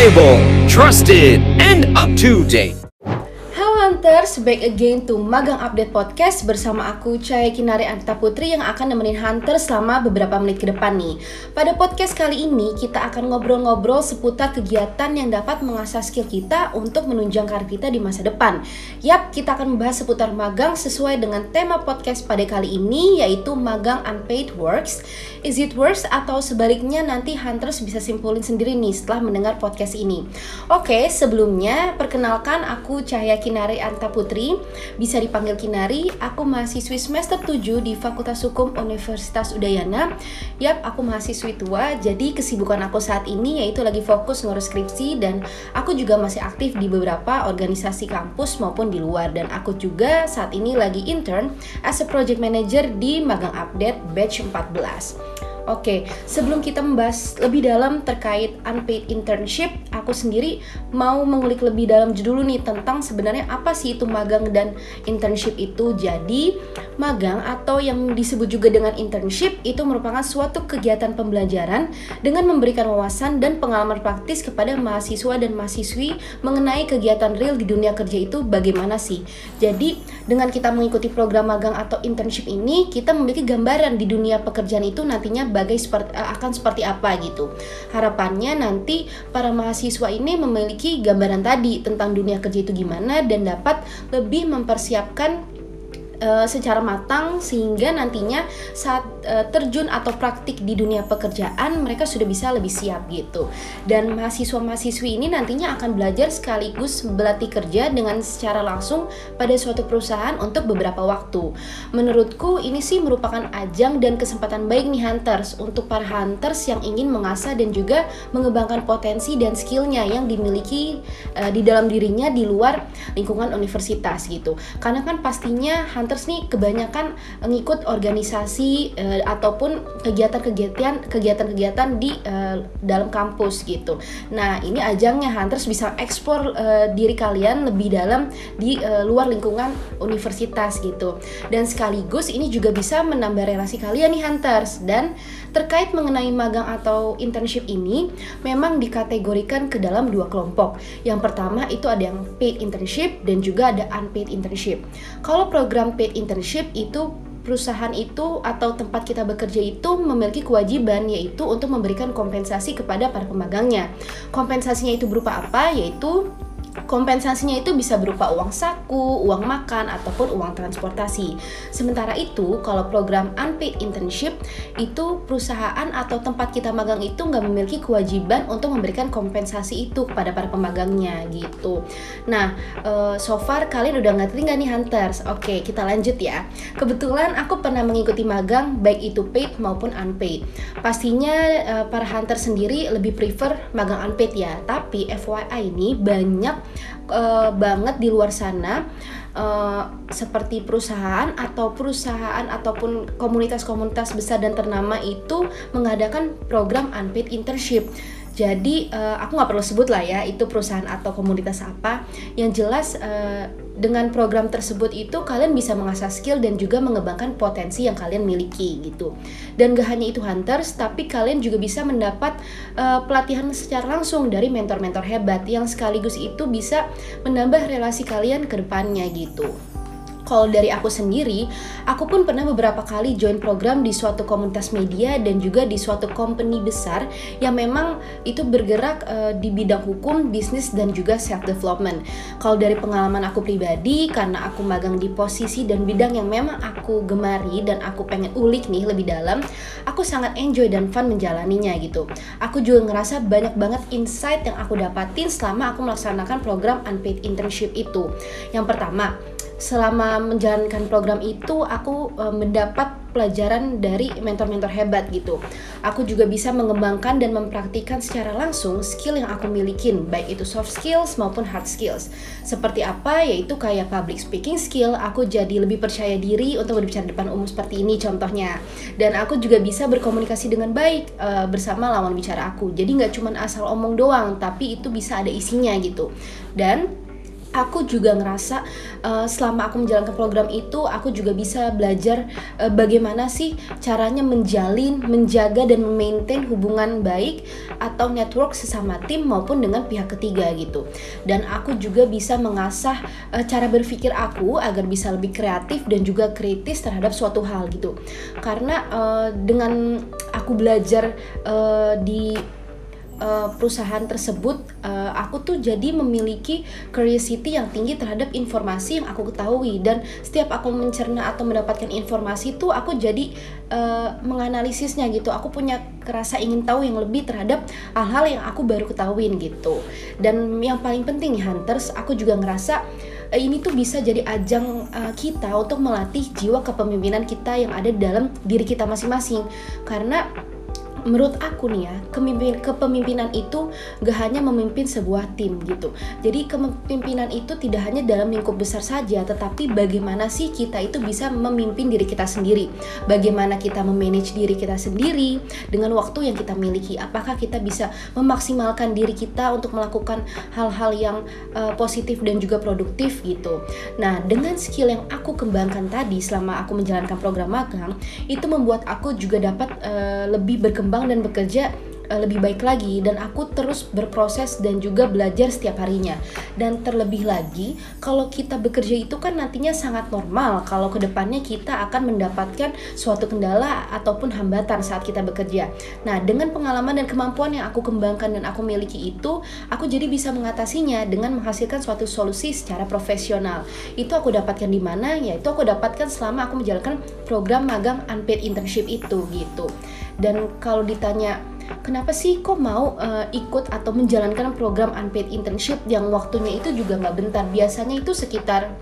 reliable, trusted, and up to date. Hunters, back again to Magang Update Podcast bersama aku Cahaya Kinari Anita Putri yang akan nemenin Hunters selama beberapa menit ke depan nih. Pada podcast kali ini kita akan ngobrol-ngobrol seputar kegiatan yang dapat mengasah skill kita untuk menunjang karir kita di masa depan. Yap, kita akan membahas seputar magang sesuai dengan tema podcast pada kali ini, yaitu magang unpaid works. Is it works atau sebaliknya, nanti Hunters bisa simpulin sendiri nih setelah mendengar podcast ini. Oke, sebelumnya perkenalkan aku Cahaya Kinari Anita Putri, bisa dipanggil Kinari. Aku mahasiswi semester 7 di Fakultas Hukum Universitas Udayana. Yap, aku mahasiswi tua, jadi kesibukan aku saat ini yaitu lagi fokus ngurus skripsi, dan aku juga masih aktif di beberapa organisasi kampus maupun di luar, dan aku juga saat ini lagi intern as a project manager di Magang Update Batch 14. Oke, sebelum kita membahas lebih dalam terkait unpaid internship, aku sendiri mau mengulik lebih dalam dulu nih tentang sebenarnya apa sih itu magang dan internship itu. Jadi, magang atau yang disebut juga dengan internship itu merupakan suatu kegiatan pembelajaran dengan memberikan wawasan dan pengalaman praktis kepada mahasiswa dan mahasiswi mengenai kegiatan real di dunia kerja itu bagaimana sih. Jadi, dengan kita mengikuti program magang atau internship ini, kita memiliki gambaran di dunia pekerjaan itu nantinya akan seperti apa gitu. Harapannya nanti para mahasiswa ini memiliki gambaran tadi tentang dunia kerja itu gimana dan dapat lebih mempersiapkan secara matang sehingga nantinya saat terjun atau praktik di dunia pekerjaan mereka sudah bisa lebih siap gitu. Dan mahasiswa-mahasiswi ini nantinya akan belajar sekaligus berlatih kerja dengan secara langsung pada suatu perusahaan untuk beberapa waktu. Menurutku ini sih merupakan ajang dan kesempatan baik nih Hunters untuk para Hunters yang ingin mengasah dan juga mengembangkan potensi dan skillnya yang dimiliki di dalam dirinya di luar lingkungan universitas gitu. Karena kan pastinya Hunters nih kebanyakan ngikut organisasi ataupun kegiatan-kegiatan di dalam kampus gitu. Nah, ini ajangnya Hunters bisa eksplor diri kalian lebih dalam di luar lingkungan universitas gitu. Dan sekaligus ini juga bisa menambah relasi kalian nih Hunters. Dan terkait mengenai magang atau internship ini memang dikategorikan ke dalam dua kelompok. Yang pertama itu ada yang paid internship dan juga ada unpaid internship. Kalau program paid internship itu perusahaan itu atau tempat kita bekerja itu memiliki kewajiban yaitu untuk memberikan kompensasi kepada para pemagangnya. Kompensasinya itu berupa apa? Yaitu kompensasinya itu bisa berupa uang saku, uang makan, ataupun uang transportasi. Sementara itu, kalau program unpaid internship, itu perusahaan atau tempat kita magang itu nggak memiliki kewajiban untuk memberikan kompensasi itu kepada para pemagangnya gitu. Nah, so far kalian udah ngerti nggak nih Hunters? Oke, kita lanjut ya. Kebetulan aku pernah mengikuti magang, baik itu paid maupun unpaid. Pastinya para Hunters sendiri lebih prefer magang unpaid ya. Tapi FYI ini banyak banget di luar sana seperti perusahaan ataupun komunitas-komunitas besar dan ternama itu mengadakan program unpaid internship. Jadi aku nggak perlu sebut lah ya itu perusahaan atau komunitas apa. Yang jelas dengan program tersebut itu kalian bisa mengasah skill dan juga mengembangkan potensi yang kalian miliki gitu. Dan gak hanya itu Hunters, tapi kalian juga bisa mendapat pelatihan secara langsung dari mentor-mentor hebat yang sekaligus itu bisa menambah relasi kalian ke depannya gitu. Kalau dari aku sendiri, aku pun pernah beberapa kali join program di suatu komunitas media dan juga di suatu company besar yang memang itu bergerak di bidang hukum, bisnis, dan juga self-development. Kalau dari pengalaman aku pribadi, karena aku magang di posisi dan bidang yang memang aku gemari dan aku pengen ulik nih lebih dalam, aku sangat enjoy dan fun menjalaninya gitu. Aku juga ngerasa banyak banget insight yang aku dapatin selama aku melaksanakan program unpaid internship itu. Yang pertama, selama menjalankan program itu aku mendapat pelajaran dari mentor-mentor hebat gitu. Aku juga bisa mengembangkan dan mempraktikkan secara langsung skill yang aku milikin, baik itu soft skills maupun hard skills. Seperti apa? Yaitu kayak public speaking skill, aku jadi lebih percaya diri untuk berbicara di depan umum seperti ini contohnya. Dan aku juga bisa berkomunikasi dengan baik bersama lawan bicara aku. Jadi nggak cuma asal omong doang, tapi itu bisa ada isinya gitu. Dan aku juga ngerasa selama aku menjalankan program itu, aku juga bisa belajar bagaimana sih caranya menjalin, menjaga dan memaintain hubungan baik atau network sesama tim maupun dengan pihak ketiga gitu. Dan aku juga bisa mengasah cara berpikir aku agar bisa lebih kreatif dan juga kritis terhadap suatu hal gitu. Karena dengan aku belajar di perusahaan tersebut, aku tuh jadi memiliki curiosity yang tinggi terhadap informasi yang aku ketahui, dan setiap aku mencerna atau mendapatkan informasi tuh aku jadi menganalisisnya gitu. Aku punya rasa ingin tahu yang lebih terhadap hal-hal yang aku baru ketahuin gitu. Dan yang paling penting nih Hunters, aku juga ngerasa ini tuh bisa jadi ajang kita untuk melatih jiwa kepemimpinan kita yang ada dalam diri kita masing-masing. Karena menurut aku nih ya, kepemimpinan itu gak hanya memimpin sebuah tim gitu. Jadi kepemimpinan itu tidak hanya dalam lingkup besar saja, tetapi bagaimana sih kita itu bisa memimpin diri kita sendiri. Bagaimana kita memanage diri kita sendiri dengan waktu yang kita miliki. Apakah kita bisa memaksimalkan diri kita untuk melakukan hal-hal yang positif dan juga produktif gitu. Nah, dengan skill yang aku kembangkan tadi selama aku menjalankan program magang, itu membuat aku juga dapat lebih berkembang dan bekerja lebih baik lagi, dan aku terus berproses dan juga belajar setiap harinya. Dan terlebih lagi, kalau kita bekerja itu kan nantinya sangat normal kalau kedepannya kita akan mendapatkan suatu kendala ataupun hambatan saat kita bekerja. Nah, dengan pengalaman dan kemampuan yang aku kembangkan dan aku miliki itu, aku jadi bisa mengatasinya dengan menghasilkan suatu solusi secara profesional. Itu aku dapatkan di mana? Yaitu aku dapatkan selama aku menjalankan program magang unpaid internship itu gitu. Dan kalau ditanya kenapa sih kok mau ikut atau menjalankan program unpaid internship yang waktunya itu juga nggak bentar, biasanya itu sekitar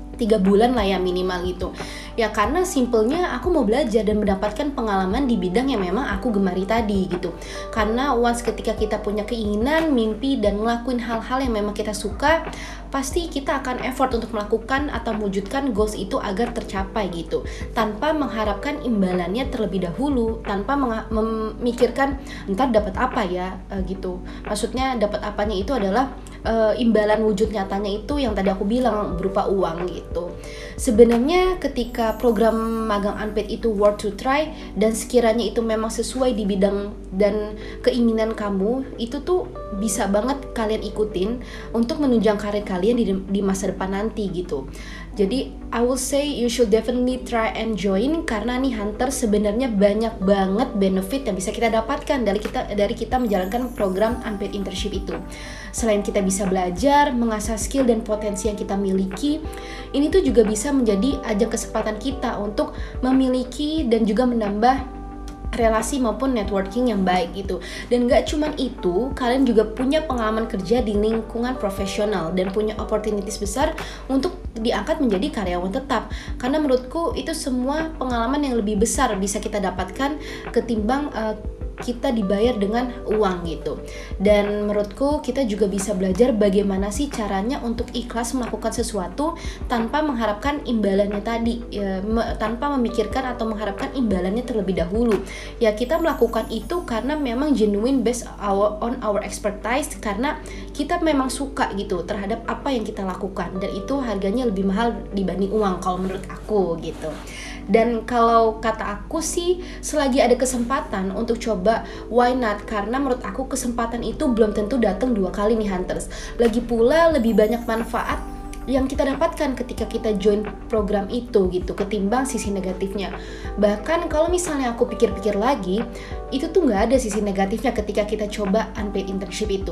3 bulan lah ya minimal gitu. Ya karena simpelnya aku mau belajar dan mendapatkan pengalaman di bidang yang memang aku gemari tadi gitu. Karena once ketika kita punya keinginan, mimpi, dan ngelakuin hal-hal yang memang kita suka, pasti kita akan effort untuk melakukan atau mewujudkan goals itu agar tercapai gitu. Tanpa mengharapkan imbalannya terlebih dahulu, tanpa memikirkan ntar dapat apa ya gitu. Maksudnya dapat apanya itu adalah imbalan wujud nyatanya itu yang tadi aku bilang berupa uang gitu. Sebenarnya ketika program magang unpaid itu worth to try dan sekiranya itu memang sesuai di bidang dan keinginan kamu, itu tuh bisa banget kalian ikutin untuk menunjang karir kalian di masa depan nanti gitu. Jadi I will say you should definitely try and join, karena nih Hunter sebenarnya banyak banget benefit yang bisa kita dapatkan dari kita menjalankan program unpaid internship itu. Selain kita bisa belajar, mengasah skill dan potensi yang kita miliki, ini tuh juga bisa menjadi ajang kesempatan kita untuk memiliki dan juga menambah relasi maupun networking yang baik gitu. Dan gak cuman itu, kalian juga punya pengalaman kerja di lingkungan profesional dan punya opportunities besar untuk diangkat menjadi karyawan tetap. Karena menurutku itu semua pengalaman yang lebih besar bisa kita dapatkan ketimbang kita dibayar dengan uang gitu. Dan menurutku kita juga bisa belajar bagaimana sih caranya untuk ikhlas melakukan sesuatu tanpa mengharapkan imbalannya tadi, tanpa memikirkan atau mengharapkan imbalannya terlebih dahulu. Ya kita melakukan itu karena memang genuine based on our expertise, karena kita memang suka gitu terhadap apa yang kita lakukan, dan itu harganya lebih mahal dibanding uang kalau menurut aku gitu. Dan kalau kata aku sih, selagi ada kesempatan untuk coba, why not? Karena menurut aku kesempatan itu belum tentu datang 2 kali nih Hunters. Lagi pula lebih banyak manfaat yang kita dapatkan ketika kita join program itu gitu, ketimbang sisi negatifnya. Bahkan kalau misalnya aku pikir-pikir lagi, itu tuh gak ada sisi negatifnya ketika kita coba unpaid internship itu.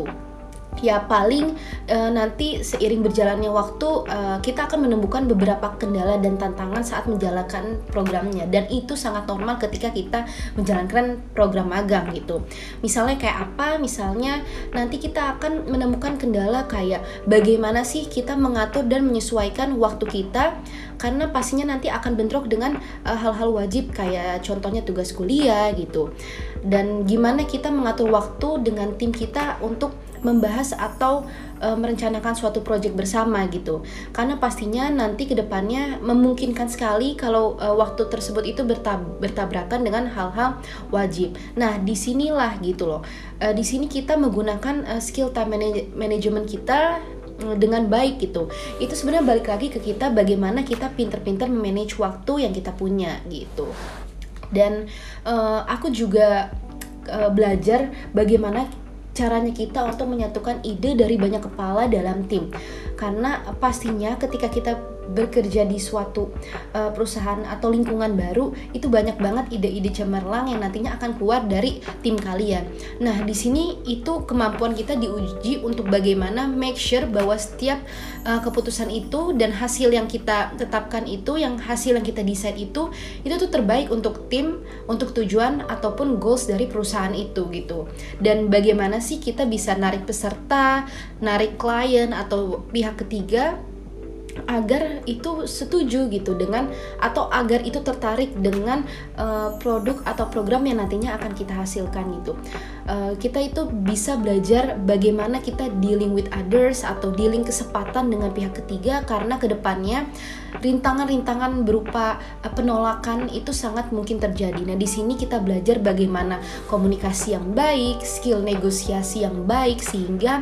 Ya paling nanti seiring berjalannya waktu kita akan menemukan beberapa kendala dan tantangan saat menjalankan programnya, dan itu sangat normal ketika kita menjalankan program magang gitu. Misalnya kayak apa? Misalnya nanti kita akan menemukan kendala kayak bagaimana sih kita mengatur dan menyesuaikan waktu kita, karena pastinya nanti akan bentrok dengan hal-hal wajib kayak contohnya tugas kuliah gitu. Dan gimana kita mengatur waktu dengan tim kita untuk membahas atau merencanakan suatu proyek bersama gitu. Karena pastinya nanti kedepannya memungkinkan sekali kalau waktu tersebut itu bertabrakan dengan hal-hal wajib. Nah disinilah gitu loh, di sini kita menggunakan skill time management kita dengan baik gitu. Itu sebenarnya balik lagi ke kita, bagaimana kita pinter-pinter memanage waktu yang kita punya gitu. Dan aku juga belajar bagaimana caranya kita untuk menyatukan ide dari banyak kepala dalam tim. Karena pastinya ketika kita bekerja di suatu perusahaan atau lingkungan baru, itu banyak banget ide-ide cemerlang yang nantinya akan keluar dari tim kalian. Nah, di sini itu kemampuan kita diuji untuk bagaimana make sure bahwa setiap keputusan itu dan hasil yang kita tetapkan itu, yang hasil yang kita decide itu tuh terbaik untuk tim, untuk tujuan ataupun goals dari perusahaan itu gitu. Dan bagaimana sih kita bisa narik peserta, narik klien atau pihak ketiga agar itu setuju gitu dengan, atau agar itu tertarik dengan produk atau program yang nantinya akan kita hasilkan gitu. Kita itu bisa belajar bagaimana kita dealing with others atau dealing kesempatan dengan pihak ketiga, karena kedepannya rintangan-rintangan berupa penolakan itu sangat mungkin terjadi. Nah, di sini kita belajar bagaimana komunikasi yang baik, skill negosiasi yang baik, sehingga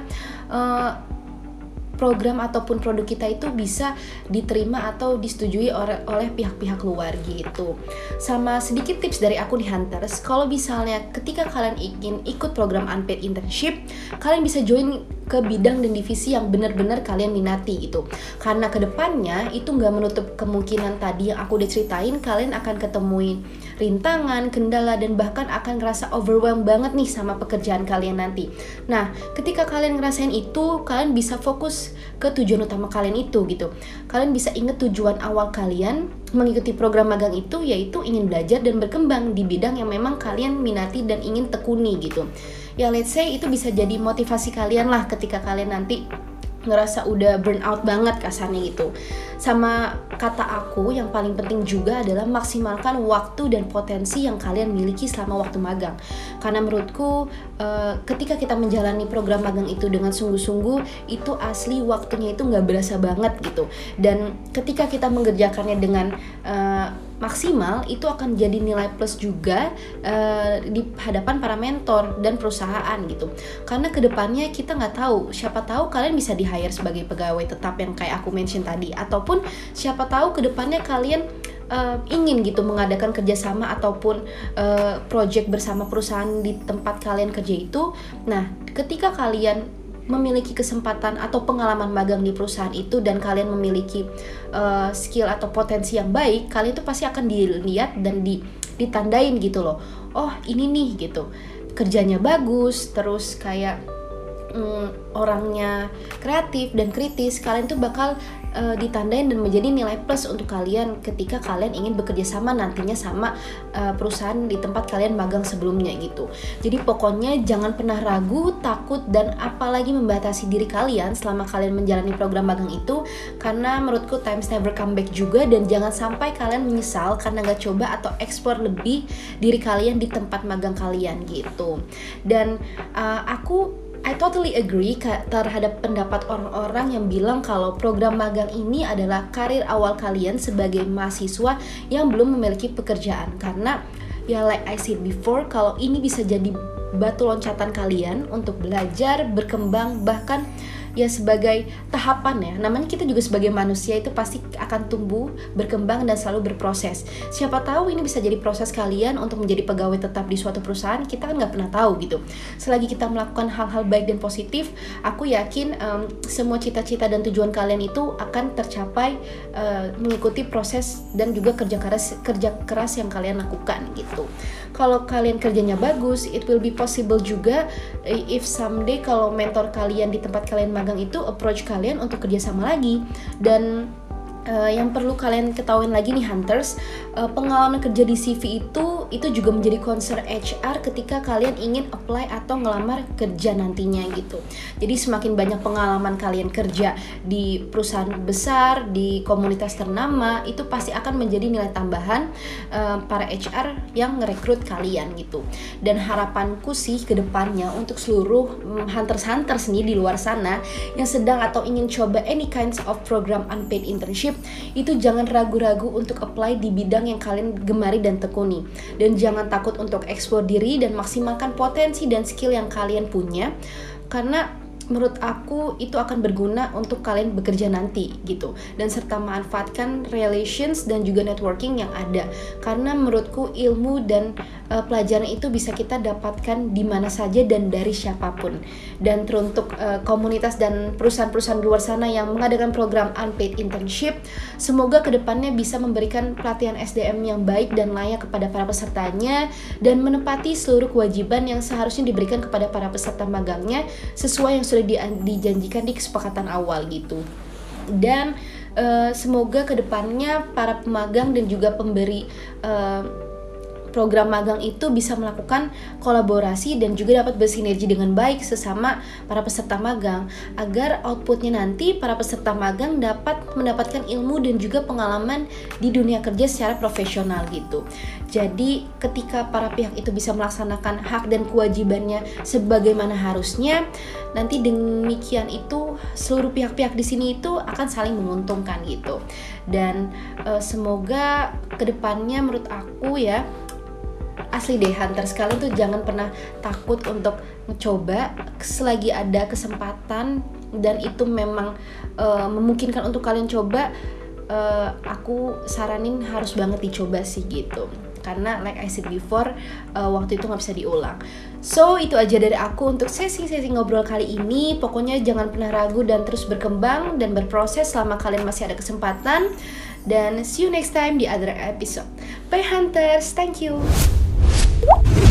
program ataupun produk kita itu bisa diterima atau disetujui oleh pihak-pihak luar gitu. Sama sedikit tips dari aku nih Hunters, kalau misalnya ketika kalian ingin ikut program unpaid internship, kalian bisa join ke bidang dan divisi yang benar-benar kalian minati gitu. Karena kedepannya itu nggak menutup kemungkinan tadi yang aku udah ceritain, kalian akan ketemuin rintangan, kendala, dan bahkan akan ngerasa overwhelmed banget nih sama pekerjaan kalian nanti. Nah, ketika kalian ngerasain itu, kalian bisa fokus ke tujuan utama kalian itu gitu. Kalian bisa ingat tujuan awal kalian mengikuti program magang itu, yaitu ingin belajar dan berkembang di bidang yang memang kalian minati dan ingin tekuni gitu. Ya let's say itu bisa jadi motivasi kalian lah ketika kalian nanti ngerasa udah burn out banget kasarnya gitu. Sama kata aku, yang paling penting juga adalah maksimalkan waktu dan potensi yang kalian miliki selama waktu magang. Karena menurutku ketika kita menjalani program magang itu dengan sungguh-sungguh, itu asli waktunya itu nggak berasa banget gitu. Dan ketika kita mengerjakannya dengan maksimal, itu akan jadi nilai plus juga di hadapan para mentor dan perusahaan gitu. Karena kedepannya kita nggak tahu, siapa tahu kalian bisa di-hire sebagai pegawai tetap yang kayak aku mention tadi, ataupun siapa tahu kedepannya kalian ingin gitu mengadakan kerjasama ataupun project bersama perusahaan di tempat kalian kerja itu. Nah, ketika kalian memiliki kesempatan atau pengalaman magang di perusahaan itu dan kalian memiliki skill atau potensi yang baik, kalian itu pasti akan dilihat dan ditandain gitu loh. Oh, ini nih gitu, kerjanya bagus, terus kayak orangnya kreatif dan kritis, kalian tuh bakal ditandain dan menjadi nilai plus untuk kalian ketika kalian ingin bekerja sama nantinya sama perusahaan di tempat kalian magang sebelumnya gitu. Jadi pokoknya jangan pernah ragu, takut, dan apalagi membatasi diri kalian selama kalian menjalani program magang itu, karena menurutku times never come back juga. Dan jangan sampai kalian menyesal karena gak coba atau explore lebih diri kalian di tempat magang kalian gitu. Dan I totally agree terhadap pendapat orang-orang yang bilang kalau program magang ini adalah karir awal kalian sebagai mahasiswa yang belum memiliki pekerjaan. Karena ya like I said before, kalau ini bisa jadi batu loncatan kalian untuk belajar, berkembang, bahkan ya sebagai tahapan ya. Namanya kita juga sebagai manusia itu pasti akan tumbuh, berkembang, dan selalu berproses. Siapa tahu ini bisa jadi proses kalian untuk menjadi pegawai tetap di suatu perusahaan. Kita kan nggak pernah tahu gitu. Selagi kita melakukan hal-hal baik dan positif, aku yakin semua cita-cita dan tujuan kalian itu akan tercapai mengikuti proses dan juga kerja keras yang kalian lakukan gitu. Kalau kalian kerjanya bagus, it will be possible juga if someday kalau mentor kalian di tempat kalian magang itu approach kalian untuk kerjasama lagi. Dan yang perlu kalian ketahuin lagi nih Hunters, pengalaman kerja di CV itu juga menjadi concern HR ketika kalian ingin apply atau ngelamar kerja nantinya gitu. Jadi semakin banyak pengalaman kalian kerja di perusahaan besar, di komunitas ternama, itu pasti akan menjadi nilai tambahan para HR yang ngerekrut kalian gitu. Dan harapanku sih ke depannya untuk seluruh Hunters nih di luar sana yang sedang atau ingin coba any kinds of program unpaid internship, itu jangan ragu-ragu untuk apply di bidang yang kalian gemari dan tekuni. Dan jangan takut untuk eksplor diri dan maksimalkan potensi dan skill yang kalian punya. Karena menurut aku itu akan berguna untuk kalian bekerja nanti gitu, dan serta manfaatkan relations dan juga networking yang ada, karena menurutku ilmu dan pelajaran itu bisa kita dapatkan di mana saja dan dari siapapun. Dan teruntuk komunitas dan perusahaan-perusahaan di luar sana yang mengadakan program unpaid internship, semoga kedepannya bisa memberikan pelatihan SDM yang baik dan layak kepada para pesertanya dan menepati seluruh kewajiban yang seharusnya diberikan kepada para peserta magangnya sesuai yang sudah dijanjikan di kesepakatan awal gitu. Dan semoga kedepannya para pemagang dan juga pemberi program magang itu bisa melakukan kolaborasi dan juga dapat bersinergi dengan baik sesama para peserta magang, agar outputnya nanti para peserta magang dapat mendapatkan ilmu dan juga pengalaman di dunia kerja secara profesional gitu. Jadi ketika para pihak itu bisa melaksanakan hak dan kewajibannya sebagaimana harusnya, nanti demikian itu seluruh pihak-pihak di sini itu akan saling menguntungkan gitu. Dan semoga kedepannya menurut aku ya, asli deh Hunter, sekalian tuh jangan pernah takut untuk mencoba selagi ada kesempatan dan itu memang memungkinkan untuk kalian coba. Aku saranin harus banget dicoba sih gitu, karena like I said before, waktu itu gak bisa diulang. So itu aja dari aku untuk sesi-sesi ngobrol kali ini. Pokoknya jangan pernah ragu dan terus berkembang dan berproses selama kalian masih ada kesempatan. Dan see you next time di other episode. Bye Hunters, thank you.